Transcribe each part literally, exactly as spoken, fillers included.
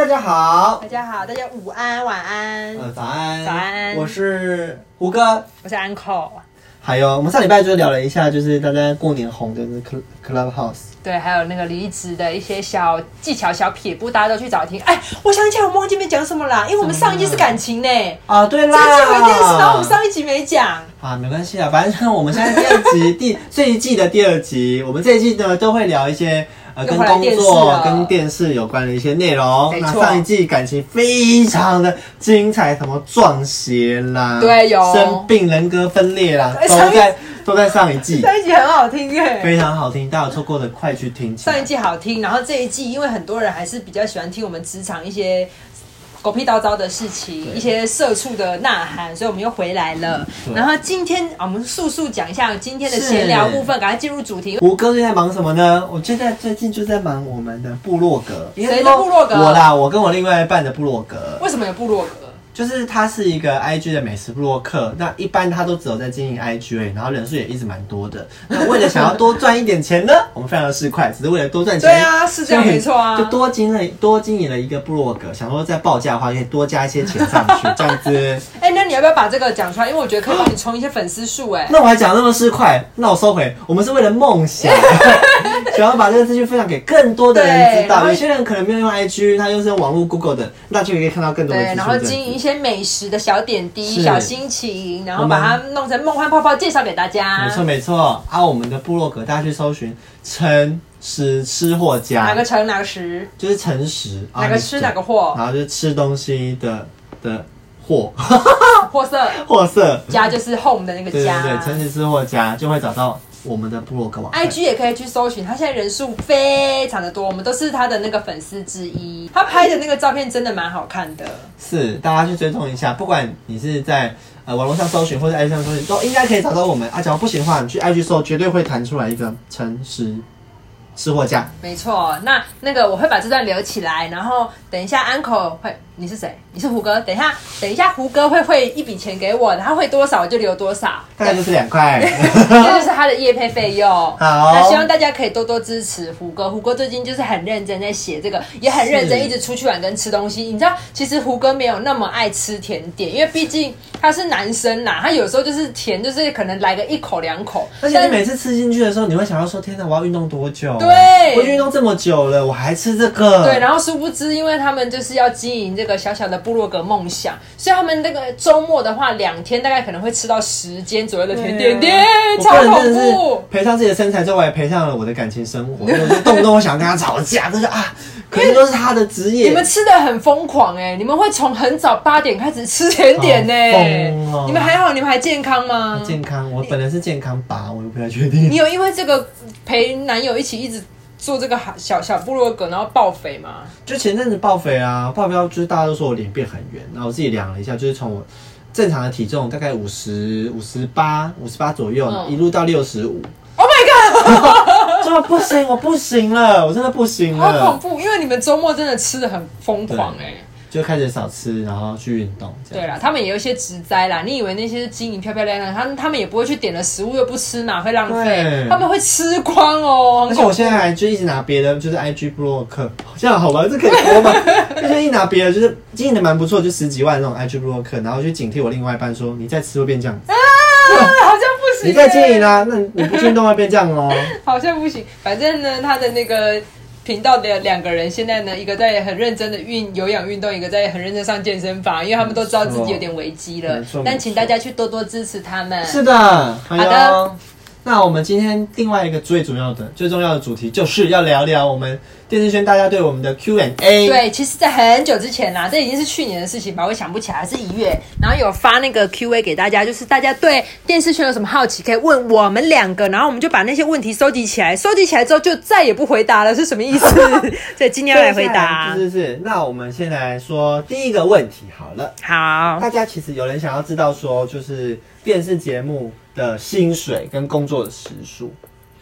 家好， 大家好，大家午安、晚安、 呃，早安， 早安。 我是胡哥， 我是 Uncle。 还有我们上礼拜就聊了一下，就是大家过年红的那 Clubhouse， 对，还有那个离职的一些小技巧、小撇步，大家都去找听。哎，我想起来，我们忘记没讲什么啦，因为我们上一季是感情呢。 啊，对啦， 这一季回电视，然后我们上一集没讲。 啊，没关系啦，反正我们现在第二集第这一季的第二集，我们这一季呢都会聊一些。呃，跟工作、跟电视有关的一些内容。那上一季感情非常的精彩，什么撞邪啦， 对，有生病、人格分裂啦，都在都在上一季。 上一季很好听耶， 非常好听，大家有错过的快去听。 上一季好听，然后这一季因为很多人还是比较喜欢听我们职场一些狗屁叨叨的事情，一些社畜的呐喊，所以我们又回来了。然后今天、啊、我们速速讲一下今天的闲聊部分，赶快进入主题。 胡哥最近在忙什么呢？我现在最近就在忙我们的部落格。 谁的部落格？ 我啦，我跟我另外一半的部落格。 为什么有部落格？ 就是它是一个 I G 的美食部落客，那一般他都只有在经营 I G 而已，然后人数也一直蛮多的。那为了想要多赚一点钱呢，我们非常的市侩，只是为了多赚钱。 对啊，是这样没错啊。 就多经了多经营了一个部落格，想说在报价的话可以多加一些钱上去，这样子。 哎、欸，那你要不要把这个讲出来？因为我觉得可以帮你冲一些粉丝数。哎， 那我还讲那么市侩，那我收回。我们是为了梦想，想要把这个资讯分享给更多的人知道。有些人可能没有用 I G， 他又是用网络 Google 的，那就可以看到更多的资讯。 对，然后经营一些美食的小点滴、小心情，然后把它弄成梦幻泡泡介绍给大家。 没错没错，啊，我们的部落格大家去搜寻诚实吃货家， 哪个诚哪个实， 就是诚实， 哪个吃哪个货， 然后就是吃东西的的货， 货色货色家就是 home 的那个家， 对对对，诚实吃货家就会找到我们的部落格网站 ，I G 也可以去搜寻，他现在人数非常的多，我们都是他的那个粉丝之一。他拍的那个照片真的蛮好看的， 是大家去追踪一下，不管你是在呃网络上搜寻或者 I G 上搜寻，都应该可以找到我们啊。假如不行的话，你去 I G 搜，绝对会弹出来一个诚实吃货家。 没错，那那个我会把这段留起来，然后等一下 Uncle 会，你是谁？你是胡歌。等一下，等一下胡歌会汇一笔钱给我，他汇多少我就留多少， 大概就是两块， 这就是他的业配费用。 好， 那希望大家可以多多支持胡歌。胡歌最近就是很认真在写这个，也很认真一直出去玩跟吃东西。你知道，其实胡歌没有那么爱吃甜点，因为毕竟他是男生啦，他有时候就是甜，就是可能来个一口两口。 而且你每次吃进去的时候，你会想要说：天哪，我要运动多久？ 对， 我运动这么久了，我还吃这个。 对，然后殊不知，因为他们就是要经营这个小小的部落格梦想，所以他们那个周末的话，两天大概可能会吃到十间左右的甜点店，超恐怖。 赔上自己的身材之后，我还赔上了我的感情生活。我就动不动我想跟他吵架，就是啊，可能都是他的职业。 你们吃的很疯狂哎、欸，你们会从很早八点开始吃甜点呢、欸哦。你们还好？你们还健康吗？ 健康，我本人是健康吧，我又不太确定。 你有因为这个陪男友一起一直做这个小小部落格，然后爆肥吗？ 就前阵子爆肥啊，爆肥就是大家都说我脸变很圆，然后我自己量了一下，就是从我正常的体重大概五十五十八五十八左右，嗯、一路到六十五。 Oh my god！ 说不行，我不行了，我真的不行了， 好恐怖！因为你们周末真的吃的很疯狂哎、欸。 就开始少吃，然后去运动。 对啦，他们也有一些职灾啦。你以为那些经营漂漂亮亮，他们他们也不会去点了食物又不吃嘛，会浪费。他们会吃光哦。 而且我现在还就一直拿别的，就是 I G 部落客，这样好吧？这可以播吗？就是一拿别的，就是经营的蛮不错，就十几万那种 I G 部落客，然后去警惕我另外一半说，你再吃会变这样子。 啊，好像不行、欸。 你再经营啊，那你不去运动会变这样哦。 好像不行，反正呢，他的那个。频道的两个人现在呢，一个在很认真的运有氧运动，一个在很认真上健身房，因为他们都知道自己有点危机了。但请大家去多多支持他们。 是的，好的。那我们今天另外一个最主要的、最重要的主题，就是要聊聊我们电视圈大家对我们的 Q and A。 对，其实在很久之前啦，这已经是去年的事情吧，我想不起来，是一月，然后有发那个 Q and A 给大家，就是大家对电视圈有什么好奇，可以问我们两个，然后我们就把那些问题收集起来，收集起来之后就再也不回答了，是什么意思？所以今天要来回答。 是是是，那我们先来说第一个问题好了。 好， 大家其实有人想要知道说，就是电视节目的薪水跟工作的时数。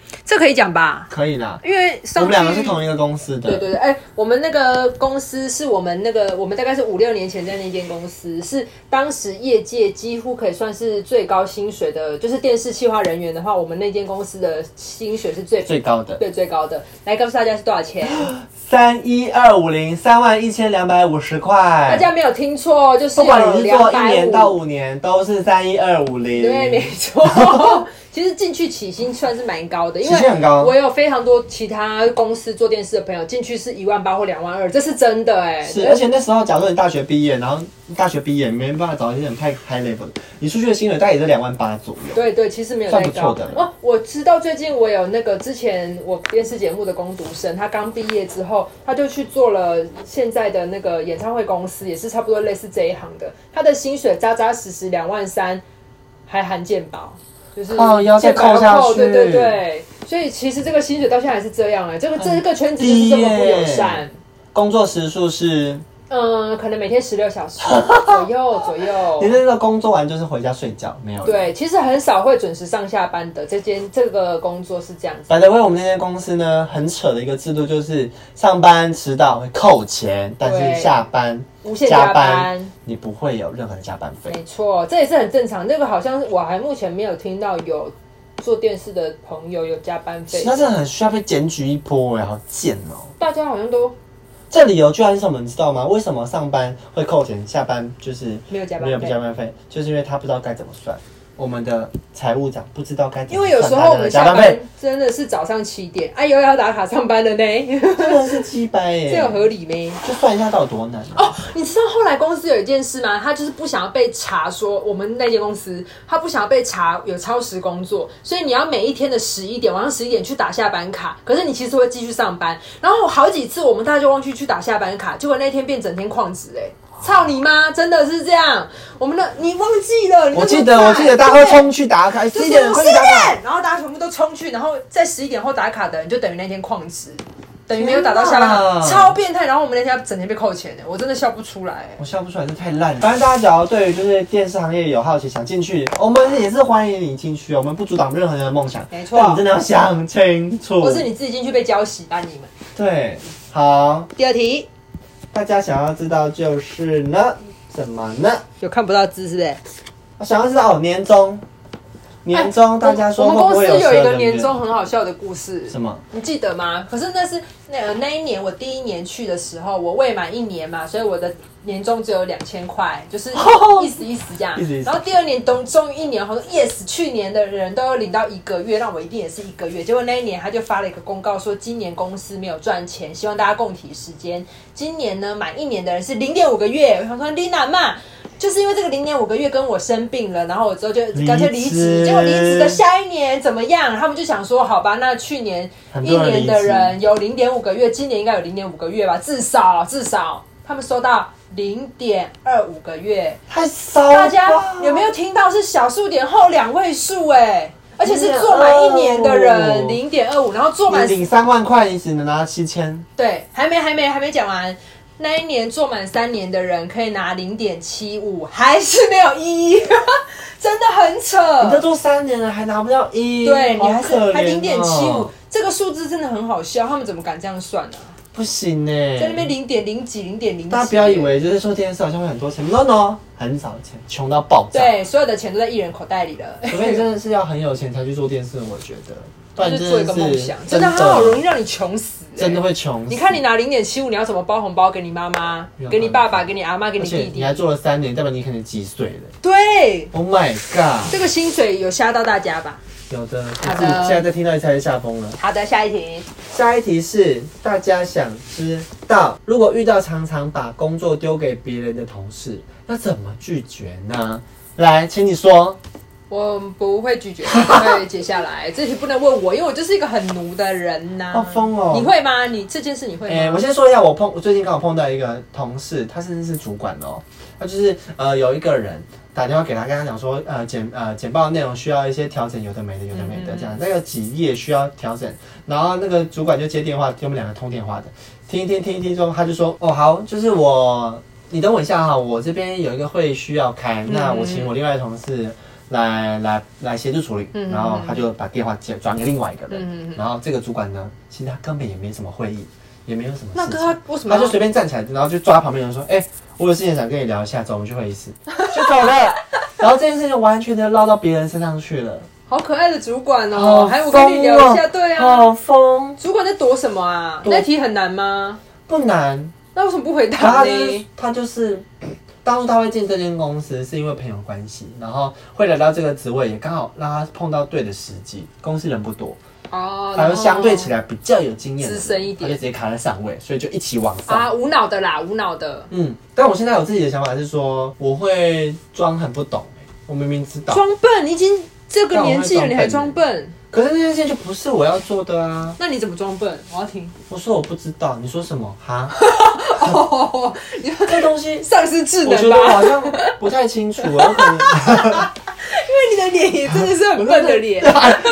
这可以讲吧？ 可以啦， 因为上我们两个是同一个公司的。 对对对，哎、欸，我们那个公司是我们那个，我们大概是五六年前在那间公司，是当时业界几乎可以算是最高薪水的，就是电视企划人员的话，我们那间公司的薪水是最最高的， 对，最高的。来告诉大家是多少钱？ 三一二五零，三万一千两百五十块。 大家没有听错，就是不管你是做一年到五年，都是三一二五零。 对，没错。其实进去起薪算是蛮高的，因为我有非常多其他公司做电视的朋友进去是一万八或两万二，这是真的哎、欸。 是，而且那时候假如你大学毕业，然后大学毕业没办法找一些人太 high level 的，你出去的薪水大概也是两万八左右。 对对，其实没有太高。 算不错的哦，我知道最近我有那个之前我电视节目的工读生，他刚毕业之后，他就去做了现在的那个演唱会公司，也是差不多类似这一行的，他的薪水扎扎实实两万三，还含健保。就是哦，要再扣下去， 对对对，所以其实这个薪水到现在还是这样哎、欸，这个这个圈子就是这么不友善。 工作时数是， 嗯，可能每天十六小时左右左右。 你那个工作完就是回家睡觉，没有？ 对，其实很少会准时上下班的。这间这个工作是这样子。 by the way，我们那间公司呢，很扯的一个制度就是上班迟到会扣钱，但是下班。 无限加班， 你不会有任何的加班费。 没错，这也是很正常。那个好像是我还目前没有听到有做电视的朋友有加班费。 那真的很需要被检举一波哎，好贱哦！ 大家好像都这理由居然是什么？你知道吗？为什么上班会扣钱，下班就是没有加班费？ 没有加班费，就是因为他不知道该怎么算。我们的财务长不知道该怎么算， 因为有时候我们下班真的是早上七点，哎呦要打卡上班了呢， 真的是鸡掰耶， 这有合理没？ 就算一下到底多难、啊、 哦！你知道后来公司有一件事吗？他就是不想要被查说，我们那间公司他不想要被查有超时工作，所以你要每一天的十一点晚上十一点去打下班卡，可是你其实会继续上班。然后好几次我们大家就忘记去打下班卡，结果那天变整天旷职哎。操你妈！真的是这样，我们的你忘记了？你我记得，我记得大家会冲去打卡，十一点快去打卡， 然后大家全部都冲去，然后在十一点后打卡的人就等于那天旷职，等于没有打到下班卡，超变态。然后我们那天整天被扣钱的，我真的笑不出来。 我笑不出来，这太烂了。反正大家只要对于就是电视行业有好奇，想进去，我们也是欢迎你进去，我们不阻挡任何人的梦想。 没错， 但你真的要想清楚， 或是你自己进去被浇洗吧，你们。 对，好。 第二题， 大家想要知道就是呢。什么呢？ 有看不到字是不是？ 我想要知道哦，年终，年终大家说会不会有？ 我们公司有一个年终很好笑的故事。 什么？ 你记得吗？可是那是那那一年我第一年去的时候，我未满一年嘛，所以我的年终只有两千块，就是意思意思这样。然后第二年终终于一年，好像 yes， 去年的人都有领到一个月，让我一定也是一个月。结果那一年他就发了一个公告说，今年公司没有赚钱，希望大家共体时间。今年呢，满一年的人是零点五个月。我想说，丽娜嘛，就是因为这个零点五个月跟我生病了，然后我之后就干脆离职。结果离职的下一年怎么样？他们就想说，好吧，那去年一年的人有零点五个月，今年应该有零点五个月吧，至少至少他们收到零点二五个月， 太少了。 大家有没有听到？是小数点后两位数哎，而且是做满一年的人零点二五，然后做满领三万块，你只能拿七千。 对，还没还没还没讲完。那一年做满三年的人可以拿零点七五，还是没有一，真的很扯。 你都做三年了，还拿不到一， 对，你还是、 哦、 还零点七五，这个数字真的很好笑，他们怎么敢这样算呢、啊？ 不行哎， 在那边零点零几、零点零几， 大家不要以为就是说电视好像会很多钱 ，no no， 很少钱，穷到爆炸。 对，所有的钱都在艺人口袋里了。 除非你真的是要很有钱才去做电视，我觉得。 就是做一个梦想，真的好容易让你穷死、欸， 真的会穷死。 你看你拿零点七五，你要怎么包红包给你妈妈、给你爸爸、给你阿妈、给你弟弟？ 你还做了三年，代表你可能几岁了？ 对 ，Oh my god， 这个薪水有吓到大家吧？ 有的，好的。现在在听到一才下风了。 好的，下一题。 下一题是大家想知道，如果遇到常常把工作丢给别人的同事，要怎么拒绝呢？来，请你说。 我不会拒绝，我会接下来。这题不能问我，因为我就是一个很奴的人呐、啊。 好疯哦！ 你会吗？你这件事你会吗？ 欸、我先说一下，我碰我最近刚好碰到一个同事，他甚至是主管哦。他就是呃有一个人打电话给他，跟他讲说，呃简呃简报内容需要一些调整，有的没的，有的没的这样，那个几页需要调整。然后那个主管就接电话，给我们两个通电话的，听一听听一听之后，他就说，哦好，就是我，你等我一下哈，我这边有一个会需要开，那我请我另外的同事。 来来来协助处理，然后他就把电话接转给另外一个人，然后这个主管呢，其实他根本也没什么会议，也没有什么事情， 那他为什么他就随便站起来，然后就抓旁边人说：“哎、欸，我有事情想跟你聊一下，走，我们去会议室。”就走了。然后这件事情完全的绕到别人身上去了。 好可爱的主管哦、喔，还有我跟你聊一下，对啊， 好疯。 主管在躲什么啊？那题很难吗？ 不难。 那为什么不回答呢？ 他就是。当初他会进这间公司，是因为朋友关系，然后会来到这个职位，也刚好让他碰到对的时机。公司人不多，哦，他就相对起来比较有经验， 资深一点， 他就直接卡在上位，所以就一起往上啊，无脑的啦，无脑的。 嗯，但我现在有自己的想法是说，我会装很不懂、欸，我明明知道， 装笨，你已经这个年纪了，你还装笨。 可是这件事情就不是我要做的啊！ 那你怎么装笨？我要听。 我说我不知道，你说什么？哈？ 哦，你说这东西丧失智能吧？ 我觉得我好像不太清楚，我可能因为你的脸也真的是很笨的脸。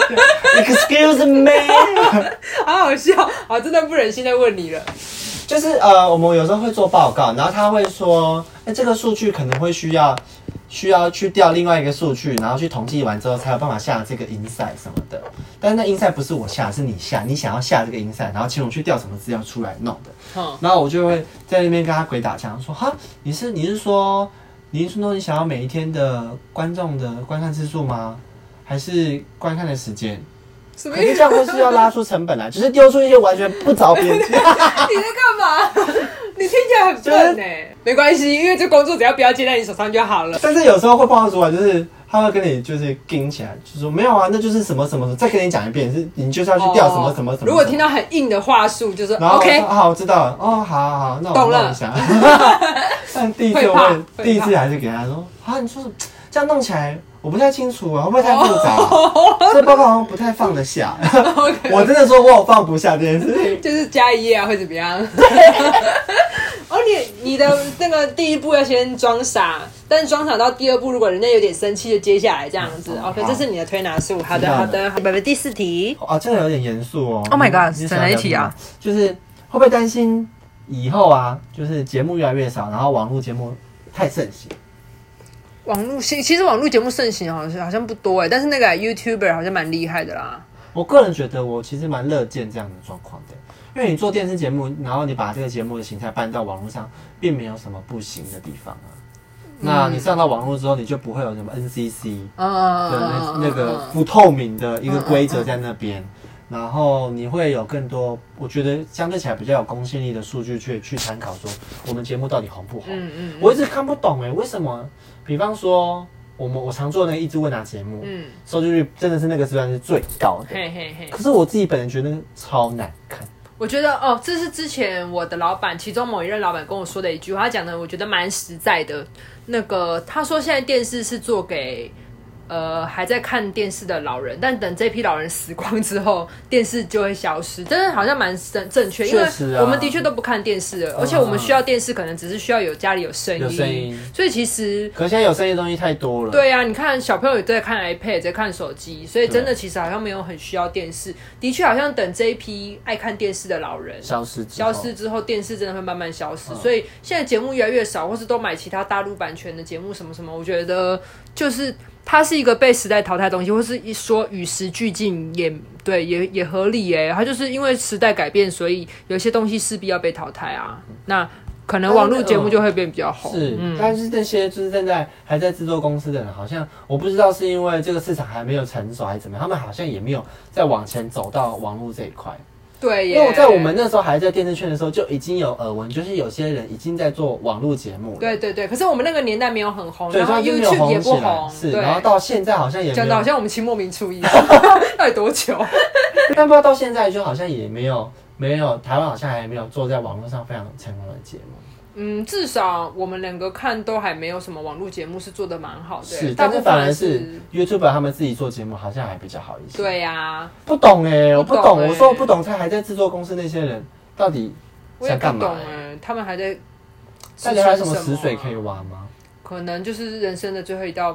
Excuse me， 好好笑，我真的不忍心再问你了。 就是呃，我们有时候会做报告，然后他会说，哎、欸，这个数据可能会需要。需要去调另外一个数据，然后去统计完之后才有办法下这个 insight 什么的。但是那 insight 不是我下，是你下，你想要下这个 insight， 然后请我去调什么资料出来弄的。嗯、然后我就会在那边跟他鬼打墙，说哈，你是你是说你是说你想要每一天的观众的观看次数吗？还是观看的时间？可是这样会是要拉出成本来，就是丢出一些完全不着边际。 你在干嘛？你听起来很笨哎、欸，没关系，因为这工作只要不要接在你手上就好了。 但是有时候会碰到主管，就是他会跟你就是盯起来，就说没有啊，那就是什么什么什么，再跟你讲一遍，是你就是要去调什么什么什么。 如果听到很硬的话术，就是然后 OK， 好，我知道了，哦，好好好，那我弄一下。但第一次我会，第一次还是给他说，啊，你说这样弄起来。我不太清楚啊，会不会太复杂？这、oh. 报告好像不太放得下。Okay. 我真的说我有放不下这件事情， 就是加一页啊，会怎么样？哦，你你的那个第一步要先装傻，但是装傻到第二步，如果人家有点生气，就接下来这样子。嗯、OK， 这是你的推拿术。好的，好的。宝贝，第四题。 哦，这个有点严肃哦。 Oh my god， 是哪一题啊？ 就是会不会担心以后啊，就是节目越来越少，然后网络节目太盛行？ 网络其实网络节目盛行好像好像不多哎，但是那个 YouTuber 好像蛮厉害的啦。 我个人觉得我其实蛮乐见这样的状况的，因为你做电视节目，然后你把这个节目的形态搬到网络上，并没有什么不行的地方啊。嗯、那你上到网络之后，你就不会有什么 N C C 的那那个不透明的一个规则在那边。然后你会有更多，我觉得相对起来比较有公信力的数据去去参考，说我们节目到底红不红？嗯嗯嗯我一直看不懂哎、欸，为什么？比方说，我们我常做那个益智问答节目，嗯，收视率真的是那个时段是最高的。嘿嘿嘿。可是我自己本人觉得超难看。 我觉得哦，这是之前我的老板，其中某一任老板跟我说的一句话，他讲的我觉得蛮实在的。那个他说现在电视是做给。呃，还在看电视的老人，但等这批老人死光之后，电视就会消失，真的好像蛮正正确，因为我们的确都不看电视了，而且我们需要电视，可能只是需要有家里有声音， 有声音， 所以其实， 可是现在有声音的东西太多了。 对啊，你看小朋友也在看 iPad， 在看手机，所以真的其实好像没有很需要电视。的确，好像等这一批爱看电视的老人消失消失之后，电视真的会慢慢消失，嗯、所以现在节目越来越少，或是都买其他大陆版权的节目什么什么，我觉得就是。它是一个被时代淘汰的东西，或是一说与时俱进也对，也也合理耶。它就是因为时代改变，所以有些东西势必要被淘汰啊。那可能网络节目就会变比较红。 是，嗯、但是那些就是现在还在制作公司的人，好像我不知道是因为这个市场还没有成熟还是怎么样，他们好像也没有再往前走到网络这一块。 对耶， 因为我在我们那时候还在电视圈的时候，就已经有耳闻，就是有些人已经在做网络节目了。 对对对，可是我们那个年代没有很红， 对， 然后 YouTube 也不红， 是，然后到现在好像也没有讲的好像我们清末民初一样，到底多久？ 但不知道到现在就好像也没有没有台湾好像还没有做在网络上非常成功的节目。 嗯，至少我们两个看都还没有什么网络节目是做的蛮好的， 是，但是反而是 YouTuber 他们自己做节目好像还比较好一些。 对呀、啊， 不懂哎、欸，我不懂，欸、我说我不懂，他还在制作公司那些人到底想干嘛、欸？ 我也不懂哎、欸，他们还在， 大家还有什么死水可以挖吗？ 可能就是人生的最后一道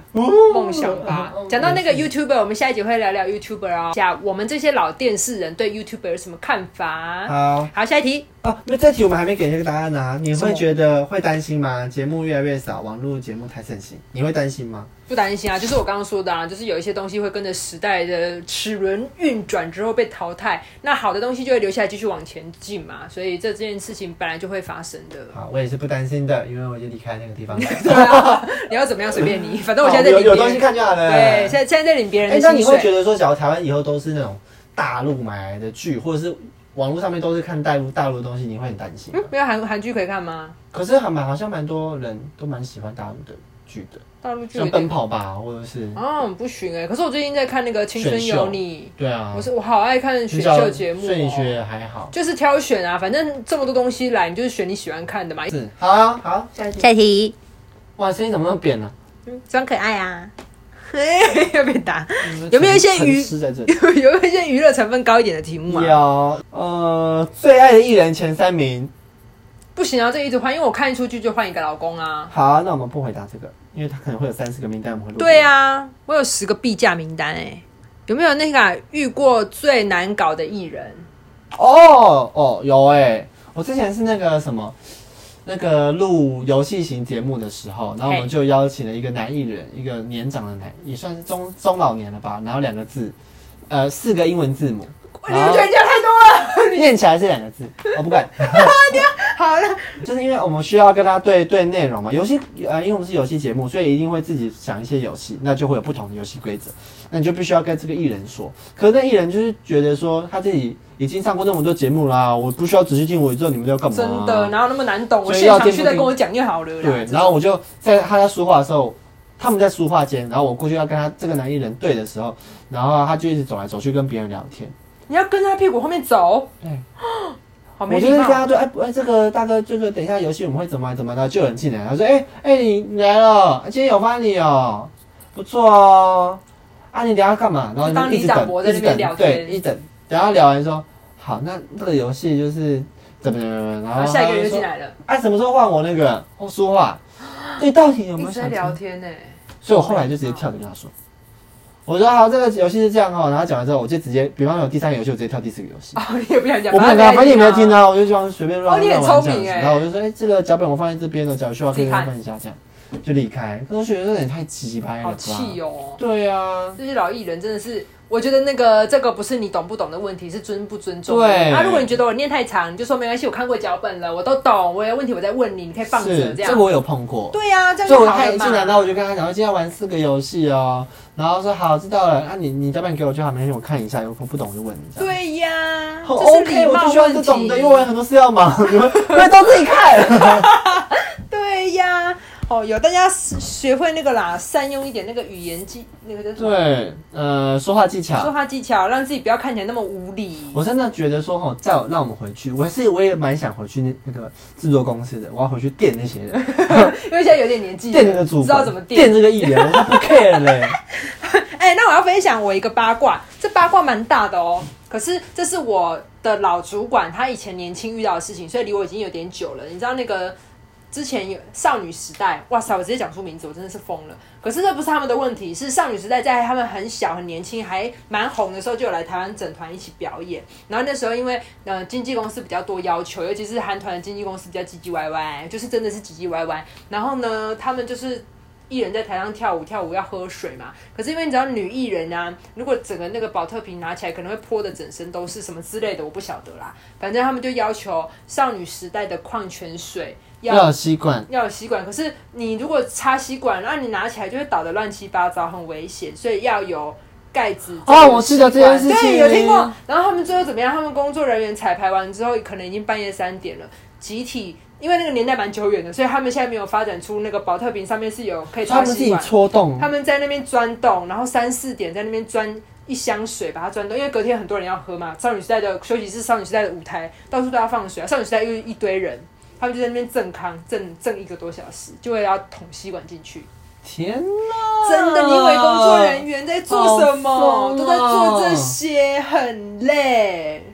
梦想吧。讲到那个 YouTuber， 我们下一集会聊聊 YouTuber 哦，讲我们这些老电视人对 YouTuber 有什么看法。 好， 好，下一题。 哦，那这题我们还没给这个答案啊！你会觉得会担心吗？节目越来越少，网络节目太盛行，你会担心吗？ 不担心啊，就是我刚刚说的啊，就是有一些东西会跟着时代的齿轮运转之后被淘汰，那好的东西就会留下来继续往前进嘛，所以这件事情本来就会发生的。 好，我也是不担心的，因为我已经离开那个地方了。 对啊，你要怎么样随便你，反正我现在在领别人， 有有东西看就好了。 对，现在现在在领别人的薪水。 那你会觉得说，假如台湾以后都是那种大陆买来的剧，或者是网络上面都是看大陆大陆的东西，你会很担心吗？ 嗯，没有韩韩剧可以看吗？ 可是还蛮好像蛮多人都蛮喜欢大陆的剧的。 大陆剧像奔跑吧，或者是哦不行哎、欸，可是我最近在看那个《青春有你》， 对啊， 我是我好爱看选秀节目、喔， 所以你觉得还好， 就是挑选啊，反正这么多东西来，你就是选你喜欢看的嘛。 是，好啊，好，下一题， 下一题， 哇，声音怎么那么扁呢、啊？ 嗯，装可爱啊，要被打，有没有一些娱有有没有一些娱乐成分高一点的题目啊？ 有，呃，最爱的艺人前三名。 不行啊，这一直换，因为我看一出剧就换一个老公啊。 好啊，那我们不回答这个，因为他可能会有三十个名单，我们会录。 对啊，我有十个必价名单哎、欸，有没有那个、啊、遇过最难搞的艺人？ 哦哦，有哎、欸，我之前是那个什么，那个录游戏型节目的时候，然后我们就邀请了一个男艺人，一个年长的男，也算是中中老年了吧，然后两个字，呃，四个英文字母。 你们觉得讲太多了， 念起来是两个字，我不管。 好了， 就是因为我们需要跟他对对内容嘛，游戏呃，因为我们是游戏节目，所以一定会自己想一些游戏，那就会有不同的游戏规则，那你就必须要跟这个艺人说。可是那艺人就是觉得说他自己已经上过那么多节目啦，我不需要仔细听我知道你们在干嘛、啊。 真的，哪有那么难懂？我现场去再跟我讲就好了啦。 对，然后我就在他在说话的时候，他们在书画间，然后我过去要跟他这个男艺人对的时候，然后他就一直走来走去跟别人聊天。 你要跟在他屁股后面走？ 对。 好没我就是跟他说，哎、欸，这个大哥，这个等一下游戏我们会怎么怎么的，就有人进来，他说，哎、欸、哎、欸，你你来了，今天有发你哦，不错哦，啊，你等一下干嘛？然后当一直等， 在那边聊天， 对，一等，等他聊完说，好，那这个游戏就是怎么怎么，然后下一个人进来了， 哎、啊，什么时候换我那个我说话？你到底有没有想在聊天呢、欸？ 所以我后来就直接跳着跟他说。我说好，这个游戏是这样哦，然后讲完之后，我就直接，比方有第三个游戏，我直接跳第四个游戏。 哦，你也不想讲， 我不想讲，反正你没有听到，我就这样随便乱乱玩这样子。 然后我就说，哎、欸，这个脚本我放在这边了，假如需要可以翻一下，这样就离开。可是我觉得有点太鸡掰了， 好气哦。 对啊， 这些老艺人真的是，我觉得那个这个不是你懂不懂的问题，是尊不尊重。 对。 啊，如果你觉得我念太长，你就说没关系，我看过脚本了，我都懂，我有问题我再问你，你可以放着这样。 这个我有碰过。 对呀、啊，这样就好了嘛。 所以我他一进来，然后我就跟他讲，今天要玩四个游戏哦。然后说好，知道了。啊你，你你脚本给我就好，没关系，我看一下，有不懂我就问你。 对呀， 好 OK， 我就需要这种的，因为我有很多事要忙，你们因为都自己看。 对呀，哦，有大家学会那个啦，善用一点那个语言技，那个叫什么？ 对，呃，说话技巧， 说话技巧，让自己不要看起来那么无理。 我真的觉得说，吼，再让我们回去，我是我也蛮想回去那那个制作公司的，我要回去电那些人， 因为现在有点年纪， 电那个主管， 知道怎么电电这个艺人，我都不 care 嘞。 哎、欸，那我要分享我一个八卦，这八卦蛮大的哦。可是这是我的老主管他以前年轻遇到的事情，所以离我已经有点久了。你知道那个之前有少女时代，哇塞，我直接讲出名字，我真的是疯了。可是这不是他们的问题，是少女时代在他们很小很年轻还蛮红的时候，就有来台湾整团一起表演。然后那时候因为呃经纪公司比较多要求，尤其是韩团的经纪公司比较唧唧歪歪，就是真的是唧唧歪歪。然后呢，他们就是艺人在台上跳舞，跳舞要喝水嘛。可是因为你知道女艺人啊，如果整个那个保特瓶拿起来，可能会泼的整身都是什么之类的，我不晓得啦。反正他们就要求少女时代的矿泉水要要有吸管， 要有吸管。可是你如果插吸管，然后你拿起来就会倒得乱七八糟，很危险，所以要有盖子。 哦，我记得这件事情， 对，有听过。然后他们最后怎么样？他们工作人员彩排完之后，可能已经半夜三点了，集体。因为那个年代蛮久远的，所以他们现在没有发展出那个保特瓶上面是有可以插吸管。 他们自己戳洞， 他们在那边钻洞，然后三四点在那边钻一箱水，把它钻洞。因为隔天很多人要喝嘛，少女时代的休息室、少女时代的舞台到处都要放水啊，少女时代又一堆人，他们就在那边正康正正一个多小时，就为了要捅吸管进去。 天哪！ 真的，你以为工作人员在做什么？ 哦、 都在做这些，很累。 他们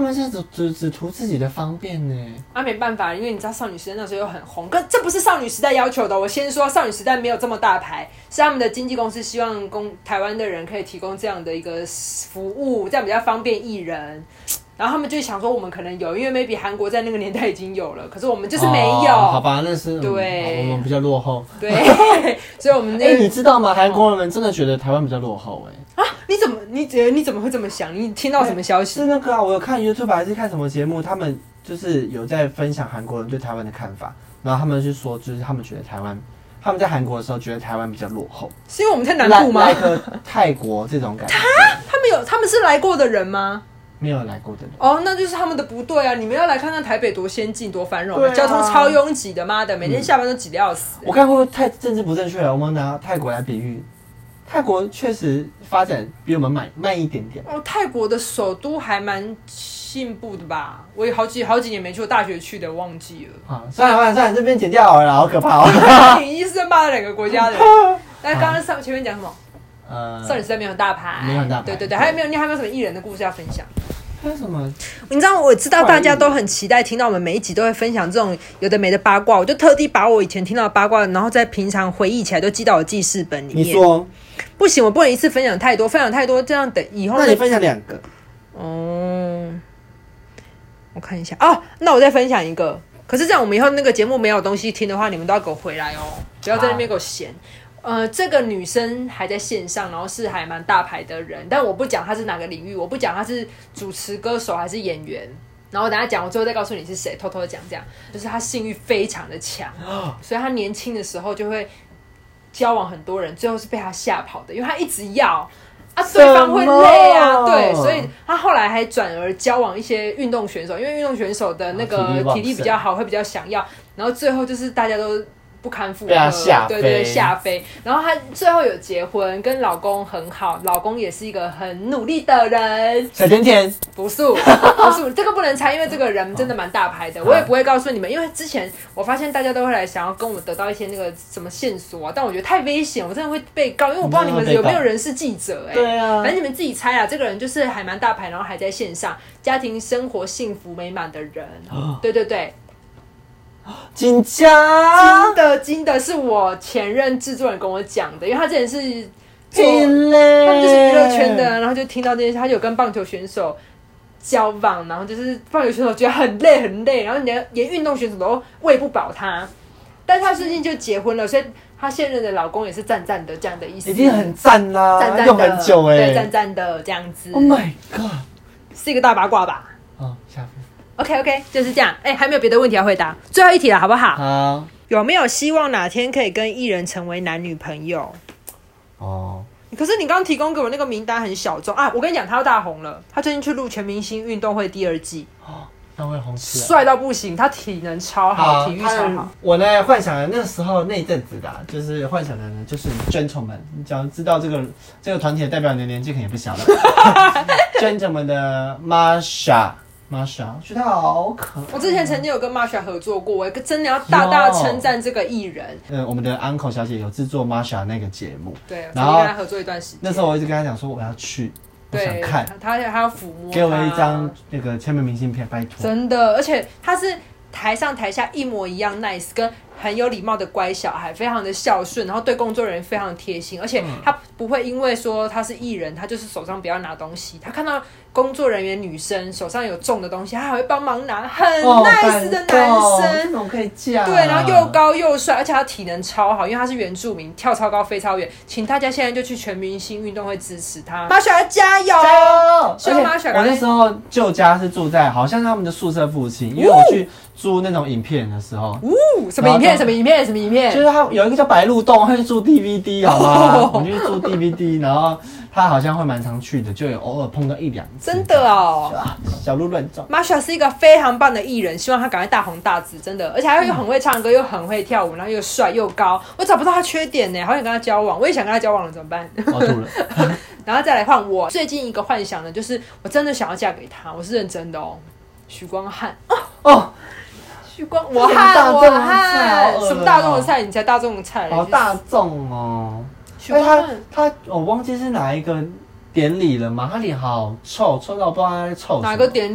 们是只只只图自己的方便呢。 啊，没办法，因为你知道少女时代那时候又很红，可这不是少女时代要求的。我先说，少女时代没有这么大牌，是他们的经纪公司希望公台湾的人可以提供这样的一个服务，这样比较方便艺人。然后他们就想说，我们可能有，因为 maybe 韩国在那个年代已经有了，可是我们就是没有。 哦、好吧，那是对、 嗯，我们比较落后。 对，所以我们那、 欸、你知道吗？韩国人真的觉得台湾比较落后哎、 欸。啊，你怎么你觉得你怎么会这么想？你听到什么消息？ 是那个啊，我有看 YouTube 还是看什么节目，他们就是有在分享韩国人对台湾的看法，然后他们是说，就是他们觉得台湾，他们在韩国的时候觉得台湾比较落后， 是因为我们太南部吗？ 来个泰国这种感觉。 他他们有他们是来过的人吗？ 没有来过的人哦，那就是他们的不对啊！你们要来看看台北多先进、多繁荣、啊，交通超拥挤的，妈的，每天下班都挤得要死、欸嗯。我看会不会太政治不正确了？我们拿泰国来比喻，泰国确实发展比我们慢慢一点点。 哦，泰国的首都还蛮进步的吧？我有好几好几年没去，我大学去的，忘记了。 啊，算了算了算了，这边剪掉好了，好可怕哦！ 你一是骂了两个国家的。那刚刚上前面讲什么？呃，少女时代没有很大牌， 没有很大牌。 对对对，还有没有？你还有没有什么艺人的故事要分享？ 还有什么？ 你知道，我知道大家都很期待听到我们每一集都会分享这种有的没的八卦，我就特地把我以前听到的八卦，然后在平常回忆起来都记到我记事本里面。 你说不行，我不能一次分享太多，分享太多，这样等以后。 那你分享两个。 哦，我看一下哦，那我再分享一个。可是这样，我们以后那个节目没有东西听的话，你们都要给我回来哦，不要在那边给我闲。呃，这个女生还在线上，然后是还蛮大牌的人，但我不讲她是哪个领域，我不讲她是主持、歌手还是演员。然后我等一下讲，我最后再告诉你是谁，偷偷的讲，这样就是她性欲非常的强，所以她年轻的时候就会交往很多人，最后是被她吓跑的，因为她一直要啊，对方会累啊，对，所以她后来还转而交往一些运动选手，因为运动选手的那个体力比较好，会比较想要，然后最后就是大家都不堪负荷，对对对，下飞。然后她最后有结婚，跟老公很好，老公也是一个很努力的人。 小甜甜， 不是，不是，这个不能猜，因为这个人真的蛮大牌的，我也不会告诉你们，因为之前我发现大家都会来想要跟我得到一些那个什么线索啊，但我觉得太危险，我真的会被告，因为我不知道你们有没有人是记者、欸，哎， 对啊， 反正你们自己猜啊。这个人就是还蛮大牌，然后还在线上，家庭生活幸福美满的人，对对对。 金家金的金的是我前任制作人跟我讲的，因为他之前是做， 他们就是娱乐圈的，然后就听到这件事，他就有跟棒球选手交往，然后就是棒球选手觉得很累很累，然后连连运动选手都喂不饱他，但他最近就结婚了，所以他现任的老公也是赞赞的这样的意思， 已经很赞啦， 赞赞的， 用很久哎、欸， 对，赞赞的这样子。 Oh my god， 是一个大八卦吧？ 哦，下分。 OK OK， 就是这样。哎、欸，还没有别的问题要回答，最后一题了，好不好？ 好。 有没有希望哪天可以跟艺人成为男女朋友？哦。可是你刚刚提供给我那个名单很小众啊！我跟你讲，他要大红了，他最近去录《全明星运动会》第二季。哦， 那会红起来。 帅到不行，他体能超好，体育超好。 我呢，幻想的那时候那一阵子的、啊，就是幻想的呢，就是 gentleman。你只要知道这个这个团体的代表，你的年纪可能也不小了。gentleman 的 Masha。Masha， 我觉得好可爱。 我之前曾经有跟 Masha 合作过，我真的要大大称赞这个艺人。 嗯，我们的 Uncle 小姐有制作 Masha 那个节目， 对，然后跟他合作一段时间。 那时候我一直跟他讲说我要去，我想看， 他他要抚摸， 给我一张那个签名明信片，拜托。 真的，而且他是台上台下一模一样 nice， 跟很有礼貌的乖小孩，非常的孝顺，然后对工作人员非常的贴心，而且他不会因为说他是艺人，他就是手上不要拿东西，他看到工作人员女生手上有重的东西，他还会帮忙拿，很 nice 的男生， 这种可以嫁。 对，然后又高又帅，而且他体能超好，因为他是原住民，跳超高飞超远，请大家现在就去全明星运动会支持他，Masha加油！ 加油！ 希望 Masha。 我那时候旧家是住在好像他们的宿舍附近，因为我去租那种影片的时候， 呜，什么影片？什么影片？什么影片？ 就是他有一个叫白鹿洞，他去租 D V D 好吗？我去租 D V D， 然后他好像会蛮常去的，就有偶尔碰到一两次。 真的哦， 小鹿乱撞。 Masha 是一个非常棒的艺人，希望他赶快大红大紫，真的，而且他又很会唱歌，又很会跳舞，然后又帅又高，我找不到他缺点呢，好想跟他交往，我也想跟他交往了，怎么办？ 我吐了。 然后再来换我最近一个幻想呢，就是我真的想要嫁给他，我是认真的哦，许光汉哦。哦许光，我汉，我汉，什么大众的菜？你才大众的菜， 好大众哦！因为他他，我忘记是哪一个典礼了嘛？他脸好臭，臭到不知道他在臭什么。 哪个典礼？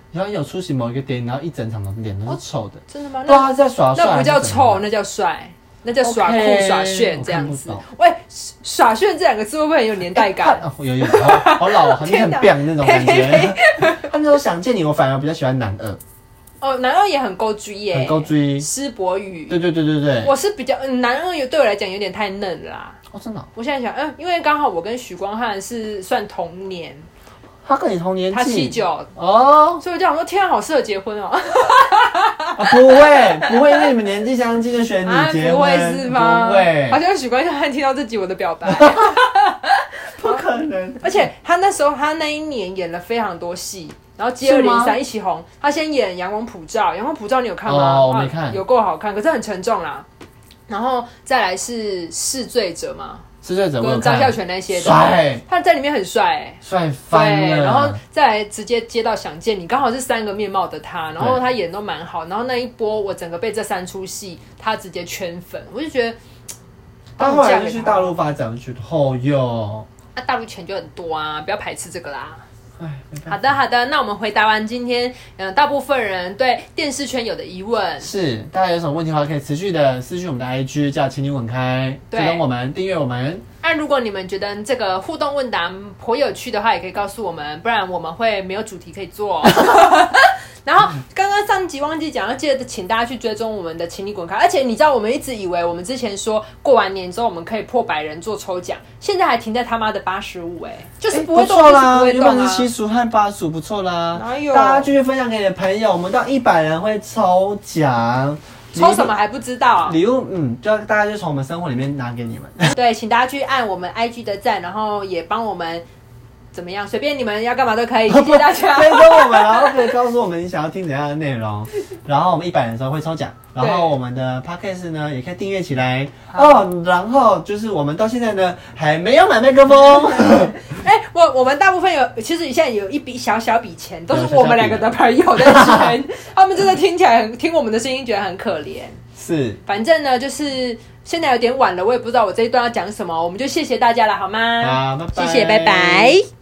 然后有出席某一个典礼，然后一整场的脸都是臭的。 真的吗？ 对啊，在耍帅。 那不叫臭，那叫帅。那叫耍酷、okay, 耍炫这样子。喂，耍炫这两个字会不会很有年代感？ 欸、有有，好, 好老，你很棒那种感觉。他那时候想见你，我反而比较喜欢男二。 哦，男二也很勾追耶， 很勾追。 施柏宇。 对对对对对。 我是比较、嗯、男二，对我来讲有点太嫩了啦。 哦，真的、哦。 我现在想，嗯，因为刚好我跟许光汉是算同年。 他跟你同年纪， 他七九哦， 所以我就想说，天啊，好适合结婚哦。 啊、不会，不会，因为你们年纪相近就选你结婚，啊、 不会是吗？ 不会。 好像许光汉听到这集我的表白， 不可能。 而且他那时候，他那一年演了非常多戏，然后接二连三一起红。他先演《阳光普照》，《阳光普照》你有看吗？ 哦，我没看， 有够好看，可是很沉重啦。然后再来是《逝罪者》嘛。 逝罪者跟张孝全那些的， 帅， 他在里面很帅、欸， 帅翻了。 然后再来直接接到想见你，刚好是三个面貌的他，然后他演都蛮好，然后那一波我整个被这三出戏他直接圈粉，我就觉得。 他后来就去大陆发展，去后哟。 那、啊、大陆钱就很多啊，不要排斥这个啦。好的好的，那我们回答完今天嗯大部分人对电视圈有的疑问， 是大家有什么问题的话，可以持续的私讯我们的 I G 叫请你滚开，追踪我们，订阅我们。 那、啊、如果你们觉得这个互动问答颇有趣的话，也可以告诉我们，不然我们会没有主题可以做。然后刚刚上集忘记讲，要记得请大家去追踪我们的请你滚开。而且你知道，我们一直以为我们之前说过完年之后我们可以破百人做抽奖，现在还停在他妈的八十五，哎，就是不会动，欸、就是不会动啊。 原本是七十五和八十五，不错啦。 哪有？ 大家继续分享给你的朋友，我们到一百人会抽奖。 抽什么还不知道？ 礼物，嗯，就大家就从我们生活里面拿给你们。 对，请大家去按我们 I G 的赞，然后也帮我们。怎么样？随便你们要干嘛都可以，谢谢大家。 追踪我们，然后可以告诉我们你想要听怎样的内容，然后我们一百人的时候会抽奖，然后我们的 podcast 呢也可以订阅起来哦。然后就是我们到现在呢还没有买麦克风。 哎、欸，我我们大部分有，其实现在有一笔小小笔钱，都是我们两个的朋友在捐，他们真的听起来很听我们的声音觉得很可怜。 是， 反正呢就是现在有点晚了，我也不知道我这一段要讲什么，我们就谢谢大家了，好吗？ 好，拜拜， 谢谢，拜拜。